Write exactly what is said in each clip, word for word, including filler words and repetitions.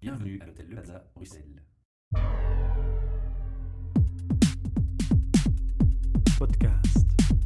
Bienvenue à l'hôtel Le Plaza, Bruxelles. Podcast.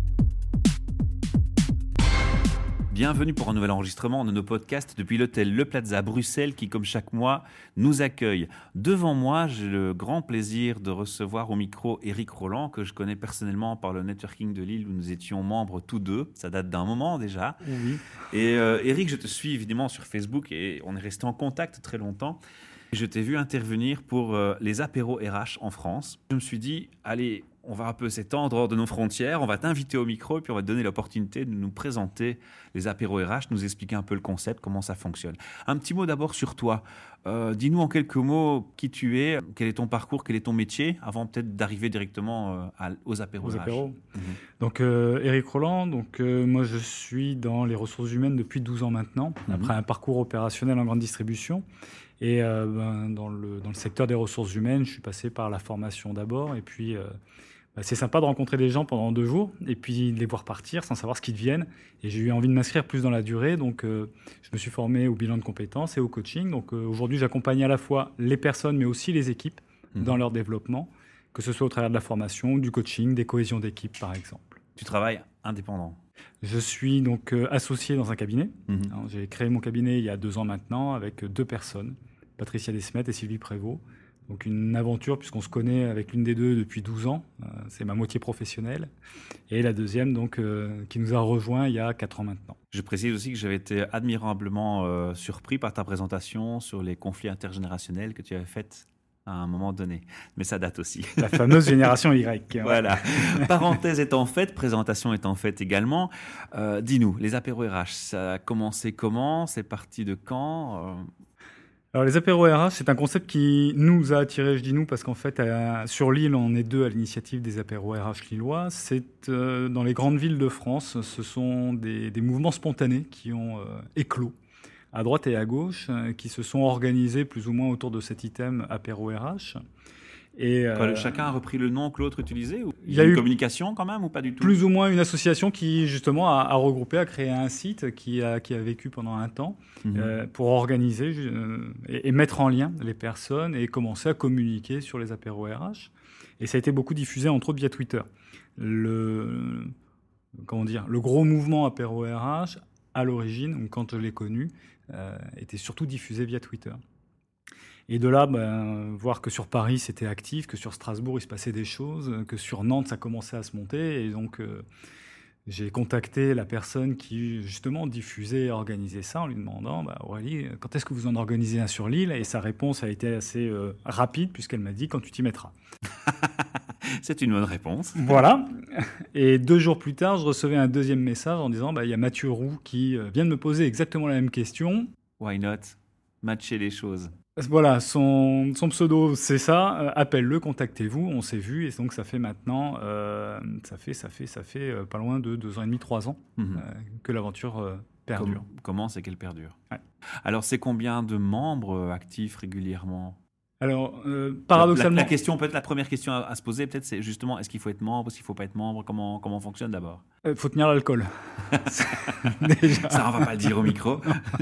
Bienvenue pour un nouvel enregistrement de nos podcasts depuis l'hôtel Le Plaza, Bruxelles, qui, comme chaque mois, nous accueille. Devant moi, j'ai le grand plaisir de recevoir au micro Éric Roland, que je connais personnellement par le networking de Lille, où nous étions membres tous deux. Ça date d'un moment déjà. Oui. Et euh, Éric, je te suis évidemment sur Facebook et on est resté en contact très longtemps. Je t'ai vu intervenir pour euh, les apéros R H en France. Je me suis dit, allez, on va un peu s'étendre hors de nos frontières, on va t'inviter au micro et puis on va te donner l'opportunité de nous présenter les apéros R H, nous expliquer un peu le concept, comment ça fonctionne. Un petit mot d'abord sur toi. Euh, dis-nous en quelques mots qui tu es, quel est ton parcours, quel est ton métier, avant peut-être d'arriver directement euh, à, aux apéros Aux R H. apéros. Mmh. Donc, euh, Éric Roland, donc, euh, moi je suis dans les ressources humaines depuis douze ans maintenant, Mmh. après un parcours opérationnel en grande distribution. Et euh, ben, dans, le, dans le secteur des ressources humaines, je suis passé par la formation d'abord. Et puis, euh, ben, c'est sympa de rencontrer des gens pendant deux jours et puis de les voir partir sans savoir ce qu'ils deviennent. Et j'ai eu envie de m'inscrire plus dans la durée. Donc, euh, je me suis formé au bilan de compétences et au coaching. Donc, euh, aujourd'hui, j'accompagne à la fois les personnes, mais aussi les équipes mmh. dans leur développement, que ce soit au travers de la formation, du coaching, des cohésions d'équipe, par exemple. Tu travailles indépendant. Je suis donc euh, associé dans un cabinet. Mmh. Alors, j'ai créé mon cabinet il y a deux ans maintenant avec deux personnes, Patricia Desmet et Sylvie Prévost. Donc une aventure puisqu'on se connaît avec l'une des deux depuis douze ans. Euh, c'est ma moitié professionnelle. Et la deuxième donc, euh, qui nous a rejoints il y a quatre ans maintenant. Je précise aussi que j'avais été admirablement euh, surpris par ta présentation sur les conflits intergénérationnels que tu avais faits à un moment donné. Mais ça date aussi. La fameuse génération Y. Voilà. Parenthèse étant faite, présentation étant faite également. Euh, dis-nous, les apéros R H, ça a commencé comment? C'est parti de quand? euh... Alors les apéros R H, c'est un concept qui nous a attirés, je dis nous, parce qu'en fait, à, sur Lille, on est deux à l'initiative des apéros R H lillois. C'est euh, dans les grandes villes de France, ce sont des, des mouvements spontanés qui ont euh, éclos à droite et à gauche, euh, qui se sont organisés plus ou moins autour de cet item apéro R H. Et euh, chacun a repris le nom que l'autre utilisait ou il y a une eu communication quand même ou pas du tout? Plus ou moins une association qui justement a, a regroupé, a créé un site qui a, qui a vécu pendant un temps mmh. euh, pour organiser euh, et, et mettre en lien les personnes et commencer à communiquer sur les apéros R H. Et ça a été beaucoup diffusé entre autres via Twitter. Le, comment dire, le gros mouvement apéro R H à l'origine, quand je l'ai connu, euh, était surtout diffusé via Twitter. Et de là, ben, voir que sur Paris, c'était actif, que sur Strasbourg, il se passait des choses, que sur Nantes, ça commençait à se monter. Et donc, euh, j'ai contacté la personne qui, justement, diffusait et organisait ça en lui demandant bah, « Aurélie, quand est-ce que vous en organisez un sur l'île ?» Et sa réponse a été assez euh, rapide, puisqu'elle m'a dit « Quand tu t'y mettras ». C'est une bonne réponse. Voilà. Et deux jours plus tard, je recevais un deuxième message en disant bah, « Il y a Mathieu Roux qui euh, vient de me poser exactement la même question. » Why not? Matcher les choses. Voilà, son, son pseudo, c'est ça. Euh, appelle-le, contactez-vous. On s'est vu et donc ça fait maintenant, euh, ça fait, ça fait, ça fait euh, pas loin de deux ans et demi, trois ans mmh. euh, que l'aventure euh, perdure. Com- commence et qu'elle perdure. Ouais. Alors, c'est combien de membres actifs régulièrement? Alors, euh, paradoxalement... La, la question, peut-être la première question à, à se poser, peut-être, c'est justement, est-ce qu'il faut être membre, est-ce qu'il ne faut pas être membre? Comment, comment on fonctionne d'abord? Il euh, faut tenir l'alcool. Déjà. Ça, on ne va pas le dire au micro.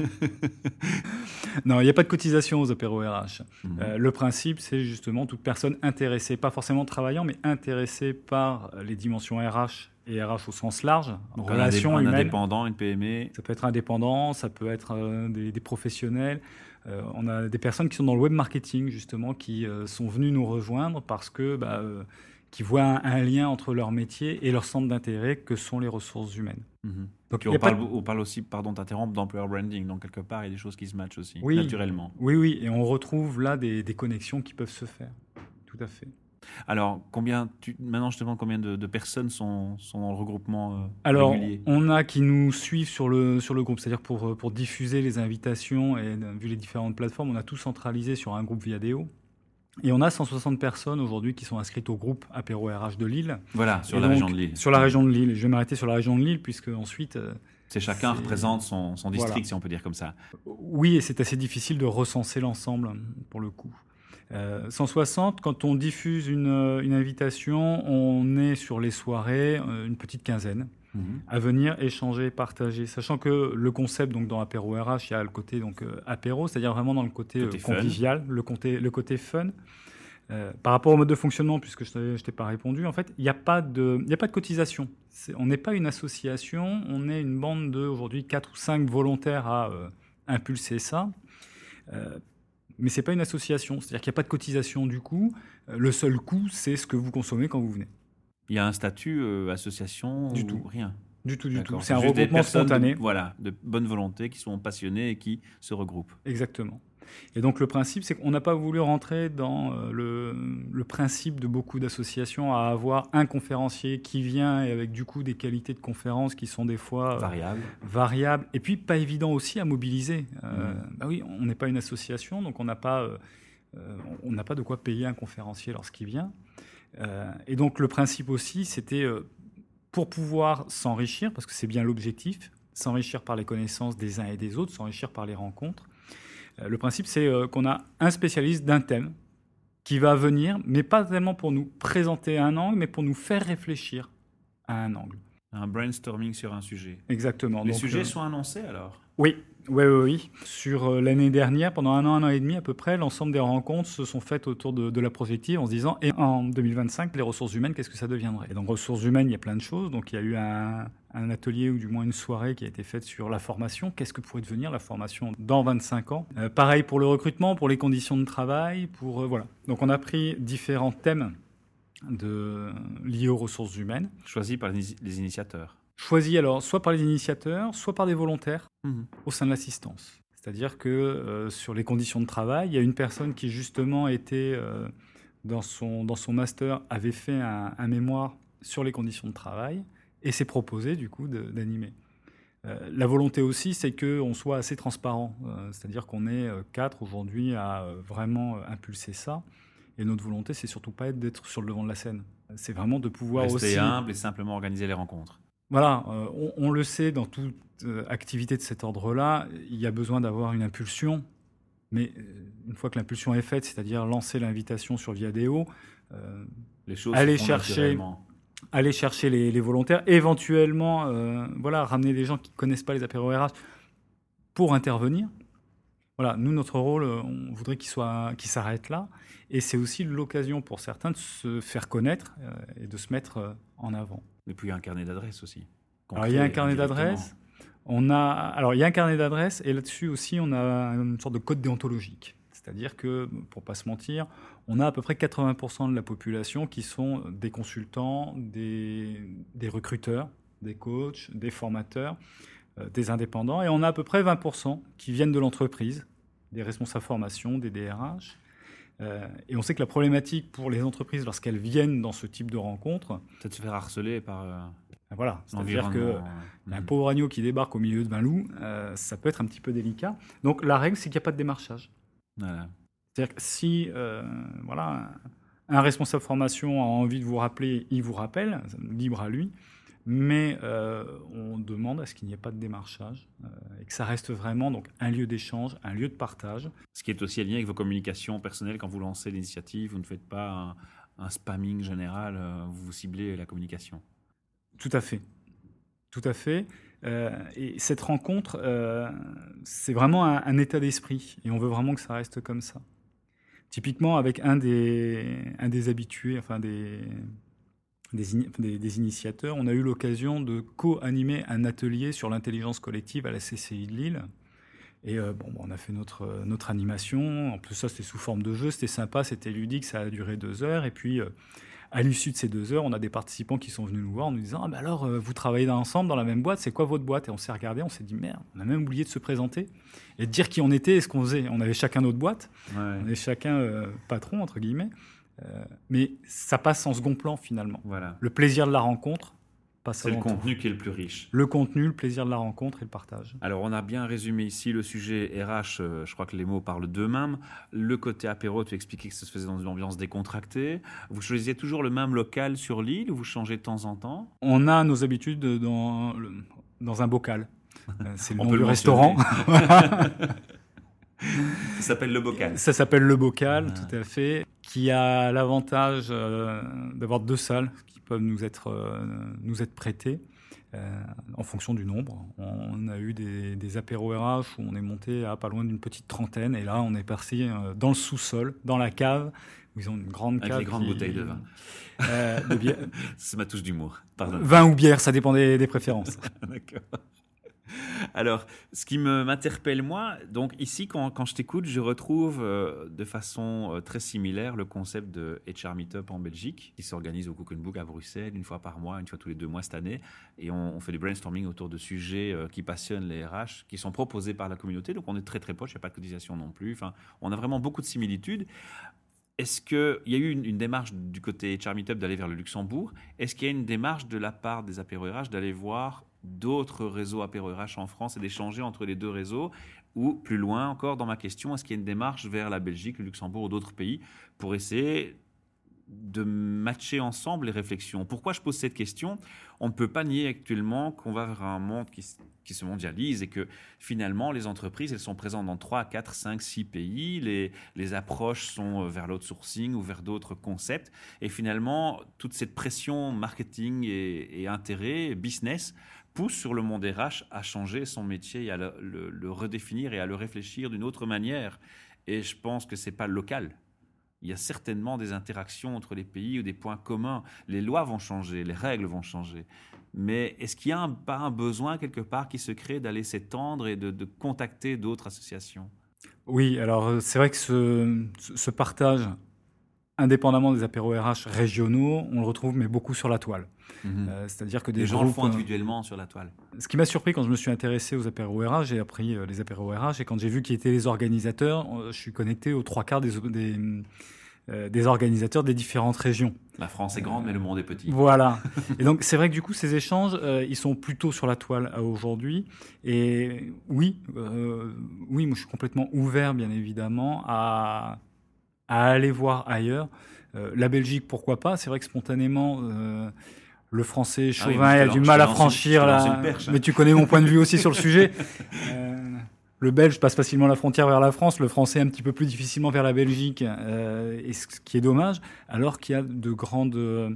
Non, il n'y a pas de cotisation aux apéros R H. Mmh. Euh, le principe, c'est justement toute personne intéressée, pas forcément travaillant, mais intéressée par les dimensions R H et R H au sens large, donc relations un humaines. Un indépendant, une P M E. Ça peut être indépendant, ça peut être euh, des, des professionnels. Euh, on a des personnes qui sont dans le web marketing, justement, qui euh, sont venues nous rejoindre parce que, bah, euh, qui voient un, un lien entre leur métier et leur centre d'intérêt que sont les ressources humaines. Mmh. Donc, on parle, de... on parle aussi, pardon, t'interrompre, d'employer branding. Donc, quelque part, il y a des choses qui se matchent aussi, oui, naturellement. Oui, oui, et on retrouve là des, des connexions qui peuvent se faire. Tout à fait. Alors, combien tu... maintenant, je te demande combien de, de personnes sont, sont dans le regroupement euh, Alors, régulier? On a qui nous suivent sur le, sur le groupe, c'est-à-dire pour, pour diffuser les invitations et vu les différentes plateformes, on a tout centralisé sur un groupe Viadeo. Et on a cent soixante personnes aujourd'hui qui sont inscrites au groupe apéro R H de Lille. Voilà, sur et la donc, région de Lille. Sur la région de Lille. Je vais m'arrêter sur la région de Lille puisque ensuite... Euh, c'est chacun c'est... représente son, son district, voilà. Si on peut dire comme ça. Oui, et c'est assez difficile de recenser l'ensemble pour le coup. Euh, cent soixante, quand on diffuse une, une invitation, on est sur les soirées, euh, une petite quinzaine. mmh. à venir échanger, partager. Sachant que le concept, donc dans apéro R H, il y a le côté donc, euh, apéro, c'est-à-dire vraiment dans le côté, côté euh, convivial, le côté, le côté fun. Euh, par rapport au mode de fonctionnement, puisque je ne t'ai pas répondu, en fait, il n'y a pas de, il n'y a pas de cotisation. C'est, on n'est pas une association, on est une bande de, aujourd'hui, quatre ou cinq volontaires à euh, impulser ça. Euh, mais ce n'est pas une association, c'est-à-dire qu'il n'y a pas de cotisation du coup. Euh, le seul coût, c'est ce que vous consommez quand vous venez. Il y a un statut euh, association du ou tout. Rien. Du tout, du D'accord. tout. C'est, c'est un regroupement spontané. De, voilà, de bonne volonté qui sont passionnés et qui se regroupent. Exactement. Et donc le principe, c'est qu'on n'a pas voulu rentrer dans euh, le, le principe de beaucoup d'associations à avoir un conférencier qui vient et avec du coup des qualités de conférence qui sont des fois euh, variables. variables et puis pas évident aussi à mobiliser. Euh, mmh. Bah oui, on n'est pas une association, donc on n'a pas, euh, on n'a pas de quoi payer un conférencier lorsqu'il vient. Euh, et donc le principe aussi, c'était euh, pour pouvoir s'enrichir, parce que c'est bien l'objectif, s'enrichir par les connaissances des uns et des autres, s'enrichir par les rencontres. Le principe, c'est qu'on a un spécialiste d'un thème qui va venir, mais pas tellement pour nous présenter un angle, mais pour nous faire réfléchir à un angle. Un brainstorming sur un sujet. Exactement. Les Donc, sujets euh... sont annoncés alors ? Oui, oui, oui, oui. Sur euh, l'année dernière, pendant un an, un an et demi à peu près, l'ensemble des rencontres se sont faites autour de, de la prospective en se disant, et en deux mille vingt-cinq, les ressources humaines, qu'est-ce que ça deviendrait ? Et donc, ressources humaines, il y a plein de choses. Donc, il y a eu un, un atelier ou du moins une soirée qui a été faite sur la formation. Qu'est-ce que pourrait devenir la formation dans vingt-cinq ans ? euh, Pareil pour le recrutement, pour les conditions de travail, pour euh, voilà. Donc, on a pris différents thèmes de, liés aux ressources humaines. Choisis par les, les initiateurs. Choisi alors soit par les initiateurs, soit par des volontaires mmh. au sein de l'assistance. C'est-à-dire que euh, sur les conditions de travail, il y a une personne qui justement était euh, dans, son, dans son master, avait fait un, un mémoire sur les conditions de travail et s'est proposé du coup de, d'animer. Euh, la volonté aussi, c'est qu'on soit assez transparent. Euh, c'est-à-dire qu'on est euh, quatre aujourd'hui à euh, vraiment euh, impulser ça. Et notre volonté, c'est surtout pas d'être sur le devant de la scène. C'est vraiment de pouvoir Rester aussi... Rester humble et simplement organiser les rencontres. Voilà, euh, on, on le sait, dans toute euh, activité de cet ordre-là, il y a besoin d'avoir une impulsion. Mais euh, une fois que l'impulsion est faite, c'est-à-dire lancer l'invitation sur Viadeo, euh, les choses aller, chercher, aller chercher les, les volontaires, éventuellement euh, voilà, ramener des gens qui ne connaissent pas les apéros R H pour intervenir. Voilà, nous, notre rôle, on voudrait qu'il, soit, qu'il s'arrête là. Et c'est aussi l'occasion pour certains de se faire connaître euh, et de se mettre euh, en avant. Et puis il y a un carnet d'adresses aussi. Alors il y a un carnet d'adresses. On a, alors il y a un carnet d'adresses et là-dessus aussi on a une sorte de code déontologique. C'est-à-dire que, pour pas se mentir, on a à peu près quatre-vingts pour cent de la population qui sont des consultants, des, des recruteurs, des coachs, des formateurs, euh, des indépendants. Et on a à peu près vingt pour cent qui viennent de l'entreprise, des responsables formation, des D R H. Euh, et on sait que la problématique pour les entreprises, lorsqu'elles viennent dans ce type de rencontres... c'est de se faire harceler par... Euh, voilà, c'est-à-dire qu'un mmh. pauvre agneau qui débarque au milieu de vingt loups, euh, ça peut être un petit peu délicat. Donc la règle, c'est qu'il n'y a pas de démarchage. Voilà. C'est-à-dire que si euh, voilà, un responsable formation a envie de vous rappeler, il vous rappelle, libre à lui, mais euh, on demande à ce qu'il n'y ait pas de démarchage euh, et que ça reste vraiment donc, un lieu d'échange, un lieu de partage. Ce qui est aussi lié avec vos communications personnelles quand vous lancez l'initiative, vous ne faites pas un, un spamming général, euh, vous ciblez la communication. Tout à fait. Tout à fait. Euh, et cette rencontre, euh, c'est vraiment un, un état d'esprit et on veut vraiment que ça reste comme ça. Typiquement, avec un des, un des habitués, enfin des, des, in, des, des initiateurs, on a eu l'occasion de co-animer un atelier sur l'intelligence collective à la C C I de Lille. Et euh, bon, on a fait notre, notre animation. En plus, ça, c'était sous forme de jeu. C'était sympa, c'était ludique. Ça a duré deux heures. Et puis, euh, à l'issue de ces deux heures, on a des participants qui sont venus nous voir en nous disant « Ah, ben alors, euh, vous travaillez ensemble dans la même boîte. C'est quoi votre boîte ?» Et on s'est regardé, on s'est dit « Merde, on a même oublié de se présenter et de dire qui on était et ce qu'on faisait. » On avait chacun notre boîte. Ouais. On est chacun euh, patron, entre guillemets. Euh, mais ça passe en second plan, finalement. Voilà. Le plaisir de la rencontre. C'est le contenu qui est le plus riche. Le contenu, le plaisir de la rencontre et le partage. Alors, on a bien résumé ici le sujet R H. Euh, je crois que les mots parlent d'eux-mêmes. Le côté apéro, tu expliquais que ça se faisait dans une ambiance décontractée. Vous choisissez toujours le même local sur l'île ou vous changez de temps en temps ? On a nos habitudes dans, le, dans un bocal. C'est le nom du restaurant. Ça s'appelle le bocal. Ça s'appelle le bocal, ah. Tout à fait. Qui a l'avantage euh, d'avoir deux salles qui peuvent nous être, euh, nous être prêtées. euh, en fonction du nombre. On a eu des, des apéros R H où on est monté à pas loin d'une petite trentaine, et là on est parti euh, dans le sous-sol, dans la cave, où ils ont une grande Avec cave. les grandes qui, bouteilles de vin. Euh, de bière. C'est ma touche d'humour. Pardon. Vin ou bière, ça dépend des, des préférences. D'accord. Alors, ce qui me, m'interpelle, moi, donc ici, quand, quand je t'écoute, je retrouve euh, de façon euh, très similaire le concept de H R Meetup en Belgique, qui s'organise au Cook and Book à Bruxelles, une fois par mois, une fois tous les deux mois cette année. Et on, on fait du brainstorming autour de sujets euh, qui passionnent les R H, qui sont proposés par la communauté. Donc, on est très, très proche, il n'y a pas de cotisation non plus. Enfin, on a vraiment beaucoup de similitudes. Est-ce qu'il y a eu une, une démarche du côté H R Meetup d'aller vers le Luxembourg? Est-ce qu'il y a une démarche de la part des apéros R H d'aller voir d'autres réseaux apéros R H en France et d'échanger entre les deux réseaux? Ou plus loin encore dans ma question, est-ce qu'il y a une démarche vers la Belgique, le Luxembourg ou d'autres pays pour essayer de matcher ensemble les réflexions? Pourquoi je pose cette question? On ne peut pas nier actuellement qu'on va vers un monde qui, qui se mondialise et que finalement les entreprises, elles sont présentes dans trois, quatre, cinq, six pays. Les, les approches sont vers l'outsourcing ou vers d'autres concepts. Et finalement, toute cette pression marketing et, et intérêt, business, pousse sur le monde R H à changer son métier et à le, le, le redéfinir et à le réfléchir d'une autre manière. Et je pense que ce n'est pas local. Il y a certainement des interactions entre les pays ou des points communs. Les lois vont changer, les règles vont changer. Mais est-ce qu'il n'y a un, pas un besoin quelque part qui se crée d'aller s'étendre et de, de contacter d'autres associations? Oui, alors c'est vrai que ce, ce partage, indépendamment des apéros R H régionaux, on le retrouve mais beaucoup sur la toile. Mmh. Euh, c'est-à-dire que des les gens groupes, le font individuellement sur la toile. Ce qui m'a surpris quand je me suis intéressé aux apéros R H, j'ai appris euh, les apéros R H, et quand j'ai vu qui étaient les organisateurs, euh, je suis connecté aux trois quarts des, des, euh, des organisateurs des différentes régions. La France est grande, euh, mais le monde est petit. Voilà. Et donc c'est vrai que du coup ces échanges, euh, ils sont plutôt sur la toile euh, aujourd'hui. Et oui, euh, oui, moi je suis complètement ouvert, bien évidemment, à, à aller voir ailleurs. Euh, la Belgique, pourquoi pas? C'est vrai que spontanément. Euh, Le français chauvin ah oui, a du mal à franchir la... Perche, hein. Mais tu connais mon point de vue aussi sur le sujet. Euh, le belge passe facilement la frontière vers la France, le français un petit peu plus difficilement vers la Belgique, euh, et ce qui est dommage, alors qu'il y a de grandes... Euh,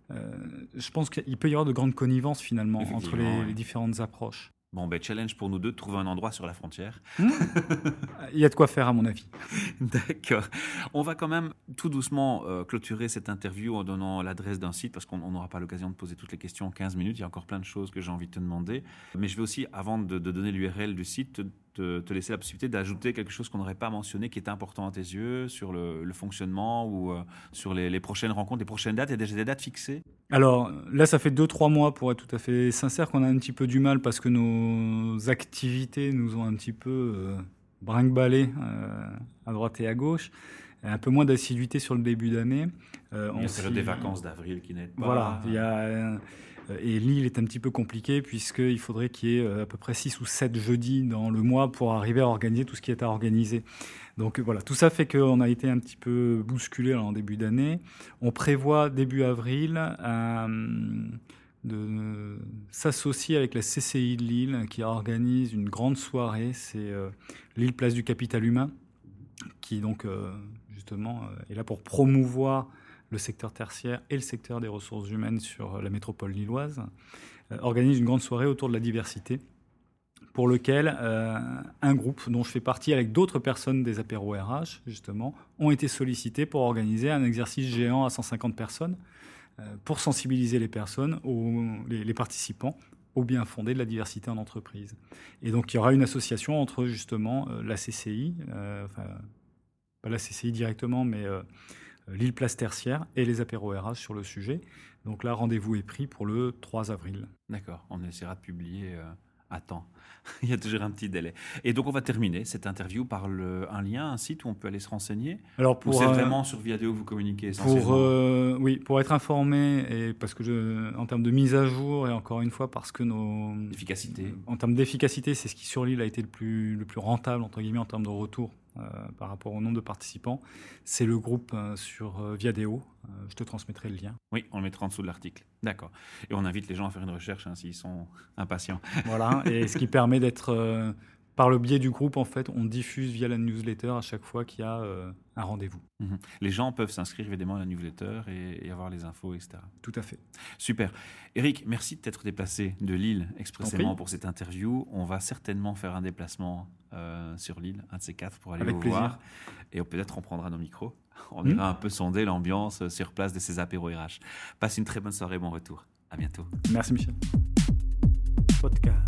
je pense qu'il peut y avoir de grandes connivences finalement entre les, oui. les différentes approches. Bon, ben challenge pour nous deux de trouver un endroit sur la frontière. Mmh. Il y a de quoi faire à mon avis. D'accord. On va quand même tout doucement euh, clôturer cette interview en donnant l'adresse d'un site parce qu'on n'aura pas l'occasion de poser toutes les questions en quinze minutes. Il y a encore plein de choses que j'ai envie de te demander. Mais je vais aussi, avant de, de donner l'U R L du site, te, te, te laisser la possibilité d'ajouter quelque chose qu'on n'aurait pas mentionné qui est important à tes yeux sur le, le fonctionnement ou euh, sur les, les prochaines rencontres, les prochaines dates. Il y a déjà des dates fixées? Alors là, ça fait deux trois mois, pour être tout à fait sincère, qu'on a un petit peu du mal parce que nos activités nous ont un petit peu euh, brinque-ballé euh, à droite et à gauche. Un peu moins d'assiduité sur le début d'année. Euh, il y a période des vacances d'avril qui n'aident pas. Voilà, il y a, euh, et Lille est un petit peu compliqué puisqu'il faudrait qu'il y ait à peu près six ou sept jeudis dans le mois pour arriver à organiser tout ce qui est à organiser. Donc voilà, tout ça fait qu'on a été un petit peu bousculé en début d'année. On prévoit début avril euh, de s'associer avec la C C I de Lille qui organise une grande soirée. C'est euh, Lille Place du Capital Humain qui donc euh, justement euh, est là pour promouvoir le secteur tertiaire et le secteur des ressources humaines sur la métropole lilloise, euh, organise une grande soirée autour de la diversité pour lequel euh, un groupe dont je fais partie avec d'autres personnes des apéros R H, justement, ont été sollicités pour organiser un exercice géant à cent cinquante personnes euh, pour sensibiliser les personnes, aux, les, les participants, au bien fondé de la diversité en entreprise. Et donc, il y aura une association entre, justement, euh, la C C I, euh, enfin, pas la C C I directement, mais euh, Lille Place Tertiaire et les apéros R H sur le sujet. Donc là, rendez-vous est pris pour le trois avril. D'accord, on essaiera de publier... Euh... Attends, il y a toujours un petit délai. Et donc, on va terminer cette interview par le, un lien, un site où on peut aller se renseigner. Alors, pour, ou c'est euh, vraiment sur Viadeo que vous communiquez essentiellement? Pour, euh, oui, pour être informé, et parce que je, en termes de mise à jour, et encore une fois, parce que nos... Efficacité. En termes d'efficacité, c'est ce qui, sur Lille, a été le plus, le plus rentable, entre guillemets, en termes de retour euh, par rapport au nombre de participants. C'est le groupe euh, sur euh, Viadeo. Euh, je te transmettrai le lien. Oui, on le mettra en dessous de l'article. D'accord. Et on invite les gens à faire une recherche hein, s'ils sont impatients. Voilà, et ce qui permet d'être euh, par le biais du groupe, en fait, on diffuse via la newsletter à chaque fois qu'il y a euh, un rendez-vous. Mmh. Les gens peuvent s'inscrire évidemment à la newsletter et, et avoir les infos, et cetera. Tout à fait. Super. Eric, merci de t'être déplacé de Lille expressément pour cette interview. On va certainement faire un déplacement euh, sur Lille, un de ces quatre, pour aller Avec vous plaisir. voir. Et peut-être on prendra nos micros. On Mmh. ira un peu sonder l'ambiance sur place de ces apéros R H. Passe une très bonne soirée, bon retour. À bientôt. Merci Michel. Podcast.